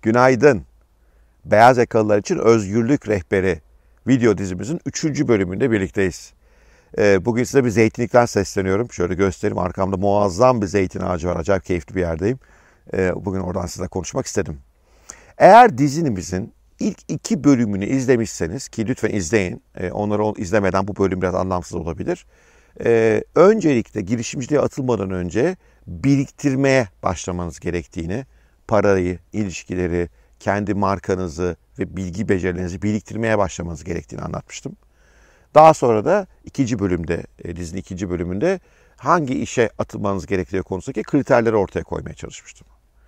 Günaydın. Beyaz yakalılar için özgürlük rehberi video dizimizin 3. bölümünde birlikteyiz. Bugün size bir zeytinlikten sesleniyorum. Şöyle göstereyim. Arkamda muazzam bir zeytin ağacı var. Acayip keyifli bir yerdeyim. Bugün oradan size konuşmak istedim. Eğer dizimizin ilk 2 bölümünü izlemişseniz, ki lütfen izleyin. Onları izlemeden bu bölüm biraz anlamsız olabilir. Öncelikle girişimciliğe atılmadan önce biriktirmeye başlamanız gerektiğini, parayı, ilişkileri, kendi markanızı ve bilgi becerilerinizi biriktirmeye başlamanız gerektiğini anlatmıştım. Daha sonra da dizinin 2. bölümünde hangi işe atılmanız gerektiği konusundaki kriterleri ortaya koymaya çalışmıştım.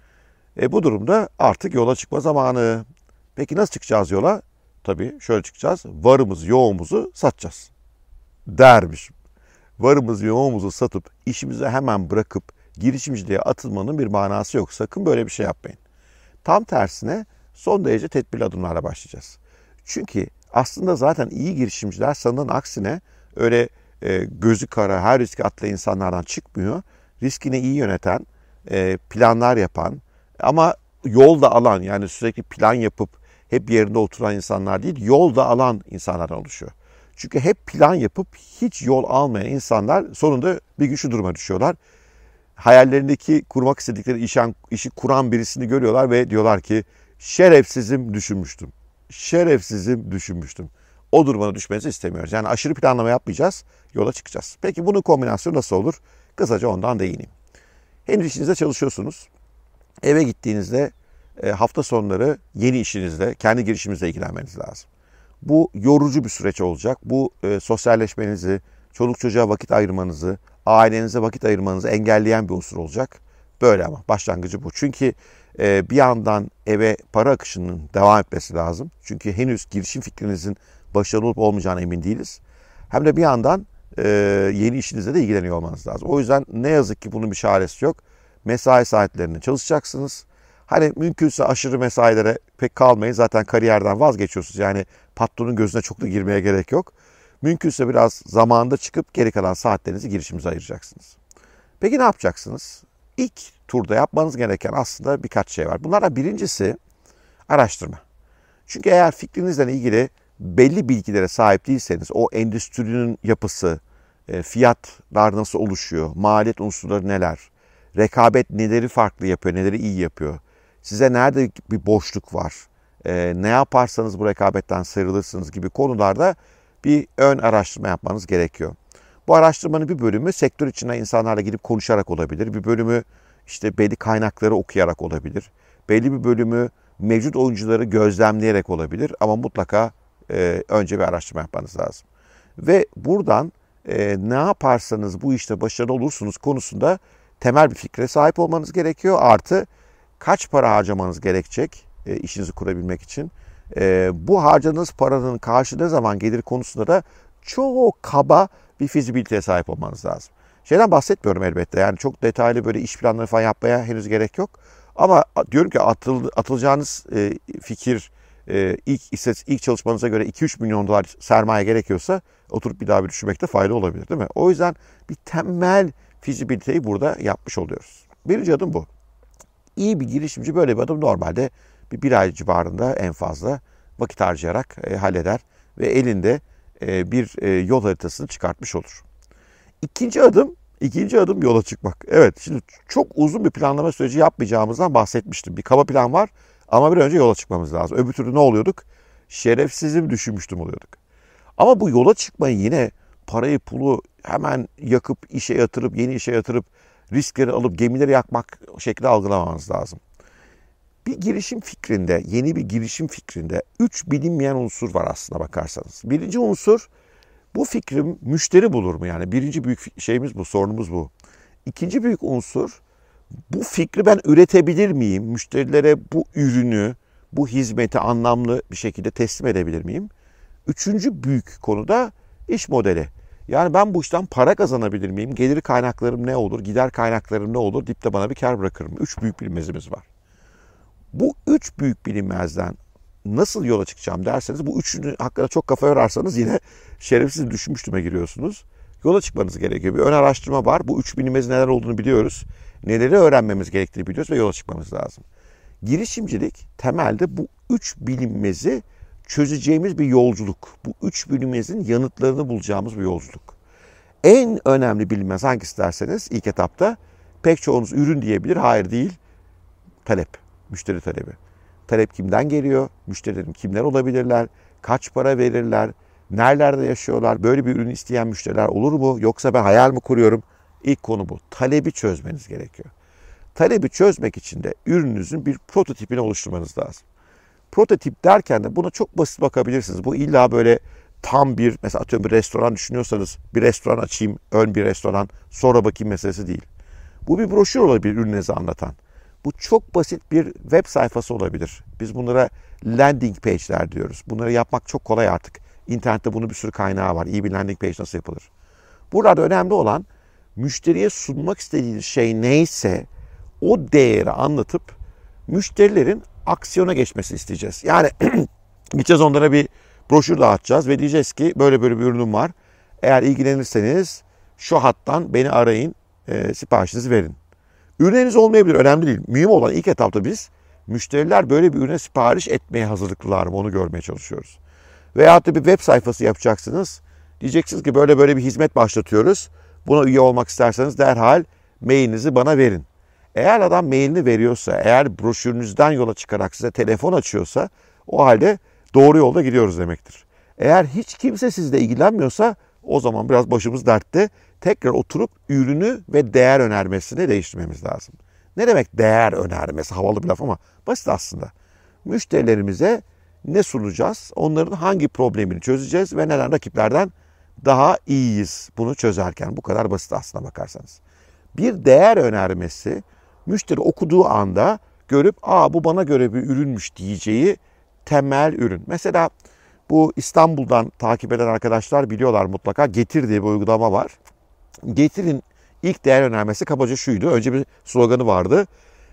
Bu durumda artık yola çıkma zamanı. Peki nasıl çıkacağız yola? Tabii şöyle çıkacağız. Varımızı, yoğumuzu satacağız. Dermişim. Varımızı, yoğumuzu satıp işimizi hemen bırakıp girişimciliğe atılmanın bir manası yok. Sakın böyle bir şey yapmayın. Tam tersine son derece tedbirli adımlarla başlayacağız. Çünkü aslında zaten iyi girişimciler sanılan aksine öyle gözü kara, her riski atlayan insanlardan çıkmıyor. Riskini iyi yöneten, planlar yapan ama yol da alan, yani sürekli plan yapıp hep yerinde oturan insanlar değil, yol da alan insanlardan oluşuyor. Çünkü hep plan yapıp hiç yol almayan insanlar sonunda bir gün şu duruma düşüyorlar. Hayallerindeki kurmak istedikleri işi kuran birisini görüyorlar ve diyorlar ki şerefsizim düşünmüştüm. Şerefsizim düşünmüştüm. O duruma düşmenizi istemiyoruz. Yani aşırı planlama yapmayacağız, yola çıkacağız. Peki bunun kombinasyonu nasıl olur? Kısaca ondan değineyim. Henüz işinizde çalışıyorsunuz. Eve gittiğinizde hafta sonları yeni işinizle, kendi girişiminizle ilgilenmeniz lazım. Bu yorucu bir süreç olacak. Bu sosyalleşmenizi, çoluk çocuğa vakit ayırmanızı, ailenize vakit ayırmanızı engelleyen bir unsur olacak. Böyle ama başlangıcı bu. Çünkü bir yandan eve para akışının devam etmesi lazım. Çünkü henüz girişim fikrinizin başarılı olup olmayacağına emin değiliz. Hem de bir yandan yeni işinizle de ilgileniyor olmanız lazım. O yüzden ne yazık ki bunun bir çaresi yok. Mesai saatlerinde çalışacaksınız. Hani mümkünse aşırı mesailere pek kalmayın. Zaten kariyerden vazgeçiyorsunuz. Yani patronun gözüne çok da girmeye gerek yok. Mümkünse biraz zamanında çıkıp geri kalan saatlerinizi girişimize ayıracaksınız. Peki ne yapacaksınız? İlk turda yapmanız gereken aslında birkaç şey var. Bunlardan birincisi araştırma. Çünkü eğer fikrinizle ilgili belli bilgilere sahip değilseniz, o endüstrinin yapısı, fiyatlar nasıl oluşuyor, maliyet unsurları neler, rekabet neleri farklı yapıyor, neleri iyi yapıyor, size nerede bir boşluk var, ne yaparsanız bu rekabetten sıyrılırsınız gibi konularda bir ön araştırma yapmanız gerekiyor. Bu araştırmanın bir bölümü sektör içinden insanlarla gidip konuşarak olabilir. Bir bölümü işte belli kaynakları okuyarak olabilir. Belli bir bölümü mevcut oyuncuları gözlemleyerek olabilir. Ama mutlaka önce bir araştırma yapmanız lazım. Ve buradan ne yaparsanız bu işte başarılı olursunuz konusunda temel bir fikre sahip olmanız gerekiyor. Artı kaç para harcamanız gerekecek işinizi kurabilmek için. Bu harcadığınız paranın karşı ne zaman gelir konusunda da çok kaba bir fizibiliteye sahip olmanız lazım. Şeyden bahsetmiyorum elbette. Yani çok detaylı böyle iş planları falan yapmaya henüz gerek yok. Ama diyorum ki atılacağınız fikir ilk çalışmanıza göre 2-3 milyon dolar sermaye gerekiyorsa oturup bir daha bir düşünmekte fayda olabilir, değil mi? O yüzden bir temel fizibiliteyi burada yapmış oluyoruz. Birinci adım bu. İyi bir girişimci böyle bir adım normalde bir ay civarında en fazla vakit harcayarak halleder ve elinde bir yol haritasını çıkartmış olur. İkinci adım yola çıkmak. Evet, şimdi çok uzun bir planlama süreci yapmayacağımızdan bahsetmiştim. Bir kaba plan var ama bir önce yola çıkmamız lazım. Öbür türlü ne oluyorduk? Şerefsizim düşünmüştüm oluyorduk. Ama bu yola çıkmayı yine parayı pulu hemen yakıp işe yatırıp yeni işe yatırıp riskleri alıp gemileri yakmak şeklinde algılamamanız lazım. Bir girişim fikrinde, yeni bir girişim fikrinde 3 bilinmeyen unsur var aslına bakarsanız. Birinci unsur, bu fikrim müşteri bulur mu? Yani birinci büyük şeyimiz bu, sorunumuz bu. İkinci büyük unsur, bu fikri ben üretebilir miyim? Müşterilere bu ürünü, bu hizmeti anlamlı bir şekilde teslim edebilir miyim? Üçüncü büyük konu da iş modeli. Yani ben bu işten para kazanabilir miyim? Gelir kaynaklarım ne olur? Gider kaynaklarım ne olur? Dipte bana bir kar bırakır mı? 3 büyük bilinmezimiz var. Bu 3 büyük bilinmezden nasıl yola çıkacağım derseniz, bu üçünü hakkında çok kafa yorarsanız yine şerefsiz düşünmüştüme giriyorsunuz. Yola çıkmanız gerekiyor. Bir ön araştırma var. Bu 3 bilinmezin neler olduğunu biliyoruz. Neleri öğrenmemiz gerektiğini biliyoruz ve yola çıkmamız lazım. Girişimcilik temelde bu üç bilinmezi çözeceğimiz bir yolculuk. Bu üç bilinmezin yanıtlarını bulacağımız bir yolculuk. En önemli bilinmez hangisi derseniz ilk etapta pek çoğunuz ürün diyebilir. Hayır değil. Talep. Müşteri talebi. Talep kimden geliyor? Müşterilerim kimler olabilirler? Kaç para verirler? Nerelerde yaşıyorlar? Böyle bir ürün isteyen müşteriler olur mu? Yoksa ben hayal mi kuruyorum? İlk konu bu. Talebi çözmeniz gerekiyor. Talebi çözmek için de ürününüzün bir prototipini oluşturmanız lazım. Prototip derken de buna çok basit bakabilirsiniz. Bu illa böyle tam bir, mesela atıyorum bir restoran düşünüyorsanız bir restoran açayım, ön bir restoran, sonra bakayım meselesi değil. Bu bir broşür olabilir ürününüzü anlatan. Bu çok basit bir web sayfası olabilir. Biz bunlara landing page'ler diyoruz. Bunları yapmak çok kolay artık. İnternette bunun bir sürü kaynağı var. İyi bir landing page nasıl yapılır? Burada önemli olan müşteriye sunmak istediğiniz şey neyse o değeri anlatıp müşterilerin aksiyona geçmesi isteyeceğiz. Yani gideceğiz onlara bir broşür dağıtacağız ve diyeceğiz ki böyle böyle bir ürünüm var. Eğer ilgilenirseniz şu hattan beni arayın, siparişinizi verin. Ürünleriniz olmayabilir, önemli değil. Mühim olan ilk etapta biz müşteriler böyle bir ürüne sipariş etmeye hazırlıklılar mı onu görmeye çalışıyoruz. Veyahut da bir web sayfası yapacaksınız. Diyeceksiniz ki böyle böyle bir hizmet başlatıyoruz. Buna üye olmak isterseniz derhal mailinizi bana verin. Eğer adam mailini veriyorsa, eğer broşürünüzden yola çıkarak size telefon açıyorsa o halde doğru yolda gidiyoruz demektir. Eğer hiç kimse sizle ilgilenmiyorsa o zaman biraz başımız dertte. Tekrar oturup ürünü ve değer önermesini değiştirmemiz lazım. Ne demek değer önermesi? Havalı bir laf ama basit aslında. Müşterilerimize ne sunacağız? Onların hangi problemini çözeceğiz ve neden rakiplerden daha iyiyiz bunu çözerken? Bu kadar basit aslına bakarsanız. Bir değer önermesi müşteri okuduğu anda görüp bu bana göre bir ürünmüş diyeceği temel ürün. Mesela bu İstanbul'dan takip eden arkadaşlar biliyorlar mutlaka. Getir diye bir uygulama var. Getir'in ilk değer önermesi kabaca şuydu. Önce bir sloganı vardı.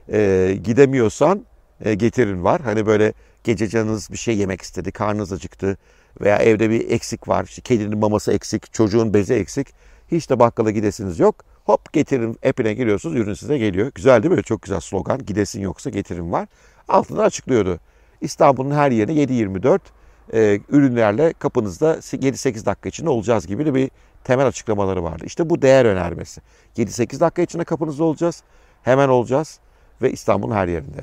Gidemiyorsan getirin var. Hani böyle gece canınız bir şey yemek istedi, karnınız acıktı veya evde bir eksik var. İşte kedinin maması eksik, çocuğun bezi eksik. Hiç de bakkala gidesiniz yok. Hop Getir'in app'ine giriyorsunuz, ürün size geliyor. Güzel değil mi? Çok güzel slogan. Gidesin yoksa getirin var. Altında açıklıyordu. İstanbul'un her yerine 7/24 ürünlerle kapınızda 7-8 dakika içinde olacağız gibi de bir temel açıklamaları vardı. İşte bu değer önermesi. 7-8 dakika içinde kapınızda olacağız. Hemen olacağız ve İstanbul'un her yerinde.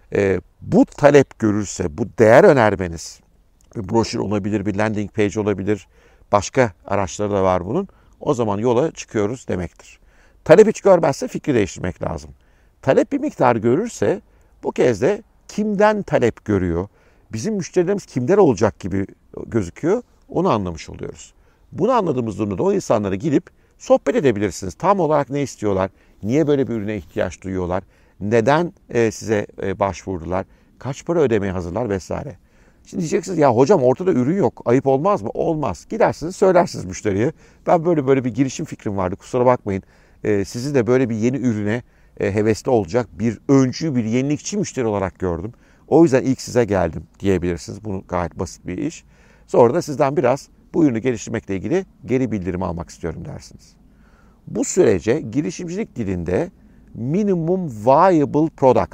Bu talep görürse, bu değer önermeniz, bir broşür olabilir, bir landing page olabilir, başka araçları da var bunun. O zaman yola çıkıyoruz demektir. Talep hiç görmezse fikri değiştirmek lazım. Talep bir miktar görürse bu kez de kimden talep görüyor, bizim müşterilerimiz kimler olacak gibi gözüküyor, onu anlamış oluyoruz. Bunu anladığımız durumda o insanlara gidip sohbet edebilirsiniz. Tam olarak ne istiyorlar, niye böyle bir ürüne ihtiyaç duyuyorlar, neden size başvurdular, kaç para ödemeye hazırlar vesaire. Şimdi diyeceksiniz ya hocam ortada ürün yok, ayıp olmaz mı? Olmaz. Gidersiniz söylersiniz müşteriye. Ben böyle bir girişim fikrim vardı, kusura bakmayın. Sizi de böyle bir yeni ürüne hevesli olacak bir öncü, bir yenilikçi müşteri olarak gördüm. O yüzden ilk size geldim diyebilirsiniz. Bu gayet basit bir iş. Sonra da sizden biraz bu ürünü geliştirmekle ilgili geri bildirim almak istiyorum dersiniz. Bu sürece girişimcilik dilinde minimum viable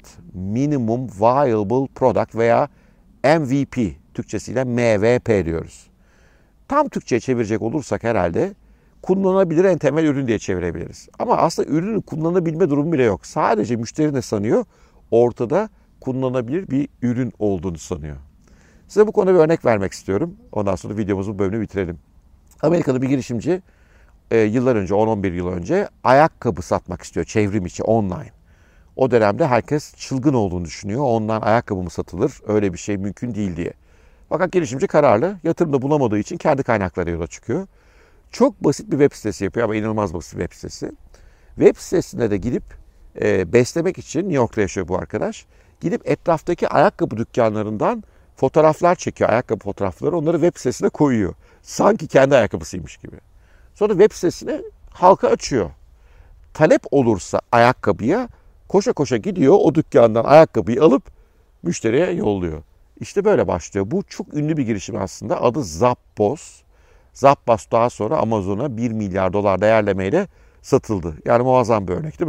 product veya MVP, Türkçesiyle MVP diyoruz. Tam Türkçe'ye çevirecek olursak herhalde kullanılabilir en temel ürün diye çevirebiliriz. Ama aslında ürünün kullanılabilme durumu bile yok. Sadece müşteri ne sanıyor? Ortada kullanılabilir bir ürün olduğunu sanıyor. Size bu konuda bir örnek vermek istiyorum. Ondan sonra videomuzun bölümünü bitirelim. Amerika'da bir girişimci yıllar önce, 10-11 yıl önce ayakkabı satmak istiyor çevrim içi online. O dönemde herkes çılgın olduğunu düşünüyor. Ondan ayakkabı mı satılır? Öyle bir şey mümkün değil diye. Fakat girişimci kararlı. Yatırımda bulamadığı için kendi kaynakları yola çıkıyor. Çok basit bir web sitesi yapıyor ama inanılmaz basit bir web sitesi. Web sitesine de gidip beslemek için, New York'ta yaşıyor bu arkadaş. Gidip etraftaki ayakkabı dükkanlarından fotoğraflar çekiyor. Ayakkabı fotoğrafları onları web sitesine koyuyor. Sanki kendi ayakkabısıymış gibi. Sonra web sitesini halka açıyor. Talep olursa ayakkabıya koşa koşa gidiyor o dükkandan ayakkabıyı alıp müşteriye yolluyor. İşte böyle başlıyor. Bu çok ünlü bir girişim aslında. Adı Zappos. Zappos daha sonra Amazon'a $1 milyar değerlemeyle satıldı. Yani muazzam bir örnek değil mi?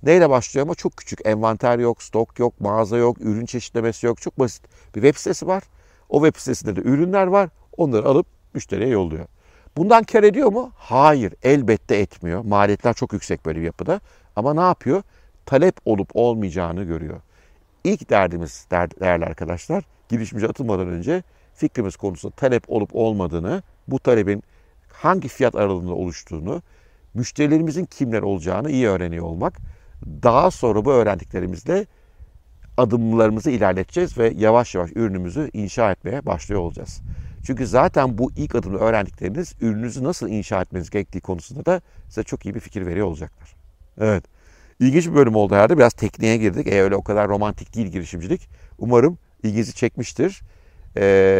Neyle başlıyor ama çok küçük. Envanter yok, stok yok, mağaza yok, ürün çeşitlemesi yok. Çok basit bir web sitesi var. O web sitesinde de ürünler var. Onları alıp müşteriye yolluyor. Bundan kar ediyor mu? Hayır, elbette etmiyor. Maliyetler çok yüksek böyle bir yapıda. Ama ne yapıyor? Talep olup olmayacağını görüyor. İlk derdimiz değerli arkadaşlar, girişimci atılmadan önce fikrimiz konusunda talep olup olmadığını, bu talebin hangi fiyat aralığında oluştuğunu, müşterilerimizin kimler olacağını iyi öğreniyor olmak. Daha sonra bu öğrendiklerimizle adımlarımızı ilerleteceğiz ve yavaş yavaş ürünümüzü inşa etmeye başlıyor olacağız. Çünkü zaten bu ilk adımda öğrendikleriniz ürününüzü nasıl inşa etmeniz gerektiği konusunda da size çok iyi bir fikir veriyor olacaklar. Evet. İlginç bir bölüm oldu herhalde. Biraz tekniğe girdik. Öyle o kadar romantik değil girişimcilik. Umarım ilginizi çekmiştir.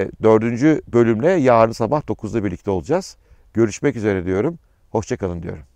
4. bölümle yarın sabah 9'da birlikte olacağız. Görüşmek üzere diyorum. Hoşça kalın diyorum.